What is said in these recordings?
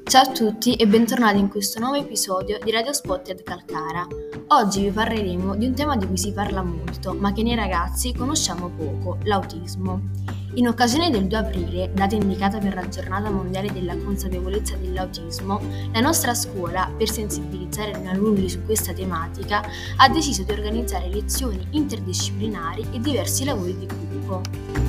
Ciao a tutti e bentornati in questo nuovo episodio di Radio Spotted Calcara. Oggi vi parleremo di un tema di cui si parla molto, ma che nei ragazzi conosciamo poco, l'autismo. In occasione del 2 aprile, data indicata per la Giornata Mondiale della Consapevolezza dell'Autismo, la nostra scuola, per sensibilizzare gli alunni su questa tematica, ha deciso di organizzare lezioni interdisciplinari e diversi lavori di gruppo.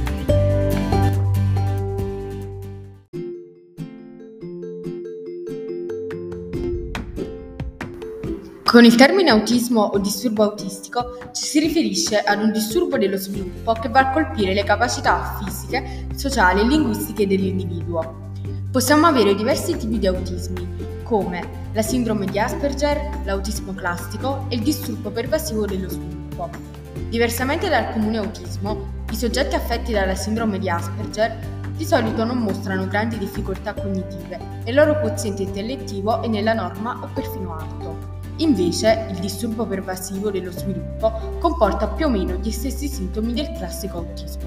Con il termine autismo o disturbo autistico ci si riferisce ad un disturbo dello sviluppo che va a colpire le capacità fisiche, sociali e linguistiche dell'individuo. Possiamo avere diversi tipi di autismi, come la sindrome di Asperger, l'autismo classico e il disturbo pervasivo dello sviluppo. Diversamente dal comune autismo, i soggetti affetti dalla sindrome di Asperger di solito non mostrano grandi difficoltà cognitive e il loro quoziente intellettivo è nella norma o perfino alto. Invece, il disturbo pervasivo dello sviluppo comporta più o meno gli stessi sintomi del classico autismo.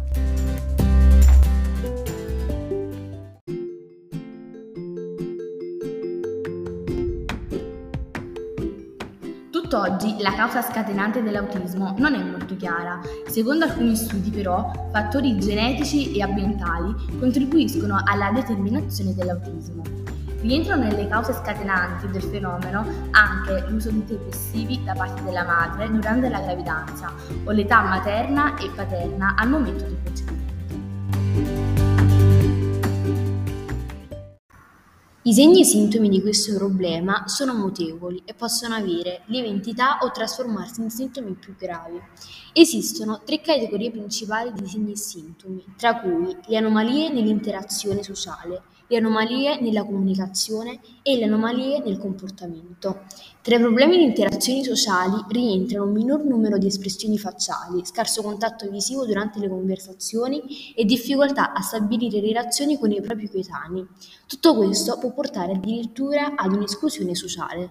Tutt'oggi la causa scatenante dell'autismo non è molto chiara. Secondo alcuni studi, però, fattori genetici e ambientali contribuiscono alla determinazione dell'autismo. Rientrano nelle cause scatenanti del fenomeno anche l'uso di antidepressivi da parte della madre durante la gravidanza o l'età materna e paterna al momento del concepimento. I segni e sintomi di questo problema sono mutevoli e possono avere lieve entità o trasformarsi in sintomi più gravi. Esistono 3 categorie principali di segni e sintomi, tra cui le anomalie nell'interazione sociale, le anomalie nella comunicazione e le anomalie nel comportamento. Tra i problemi di interazioni sociali rientrano un minor numero di espressioni facciali, scarso contatto visivo durante le conversazioni e difficoltà a stabilire relazioni con i propri coetanei. Tutto questo può portare addirittura ad un'esclusione sociale.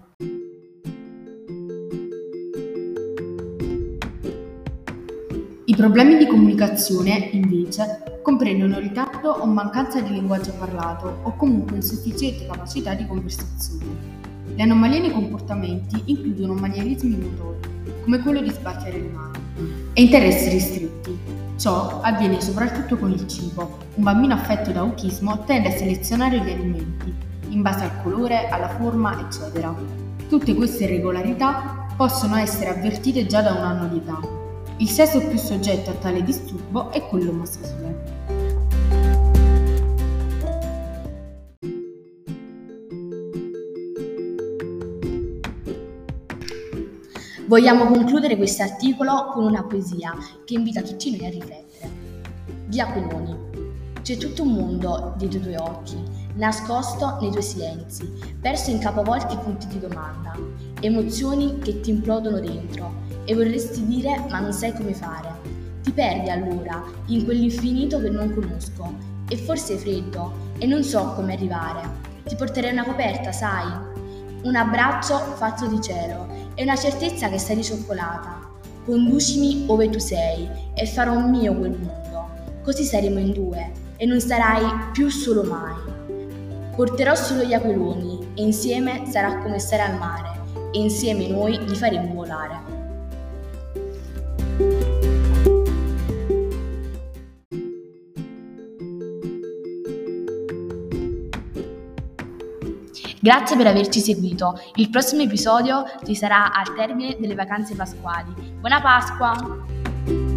I problemi di comunicazione, invece, comprendono ritardo o mancanza di linguaggio parlato o comunque insufficiente capacità di conversazione. Le anomalie nei comportamenti includono manierismi motori, come quello di sbattere le mani, e interessi ristretti. Ciò avviene soprattutto con il cibo. Un bambino affetto da autismo tende a selezionare gli alimenti, in base al colore, alla forma, eccetera. Tutte queste irregolarità possono essere avvertite già da 1 anno di età. Il sesso più soggetto a tale disturbo è quello maschile. Vogliamo concludere questo articolo con una poesia che invita tutti noi a riflettere. Di Aquiloni. C'è tutto un mondo dietro i tuoi occhi, nascosto nei tuoi silenzi, perso in capovolti punti di domanda, emozioni che ti implodono dentro e vorresti dire ma non sai come fare. Ti perdi allora in quell'infinito che non conosco e forse è freddo e non so come arrivare. Ti porterei una coperta, sai? Un abbraccio fatto di cielo e una certezza che sei cioccolata. Conducimi ove tu sei e farò mio quel mondo. Così saremo in 2 e non sarai più solo mai. Porterò solo gli aquiloni e insieme sarà come stare al mare e insieme noi li faremo volare. Grazie per averci seguito. Il prossimo episodio ci sarà al termine delle vacanze pasquali. Buona Pasqua!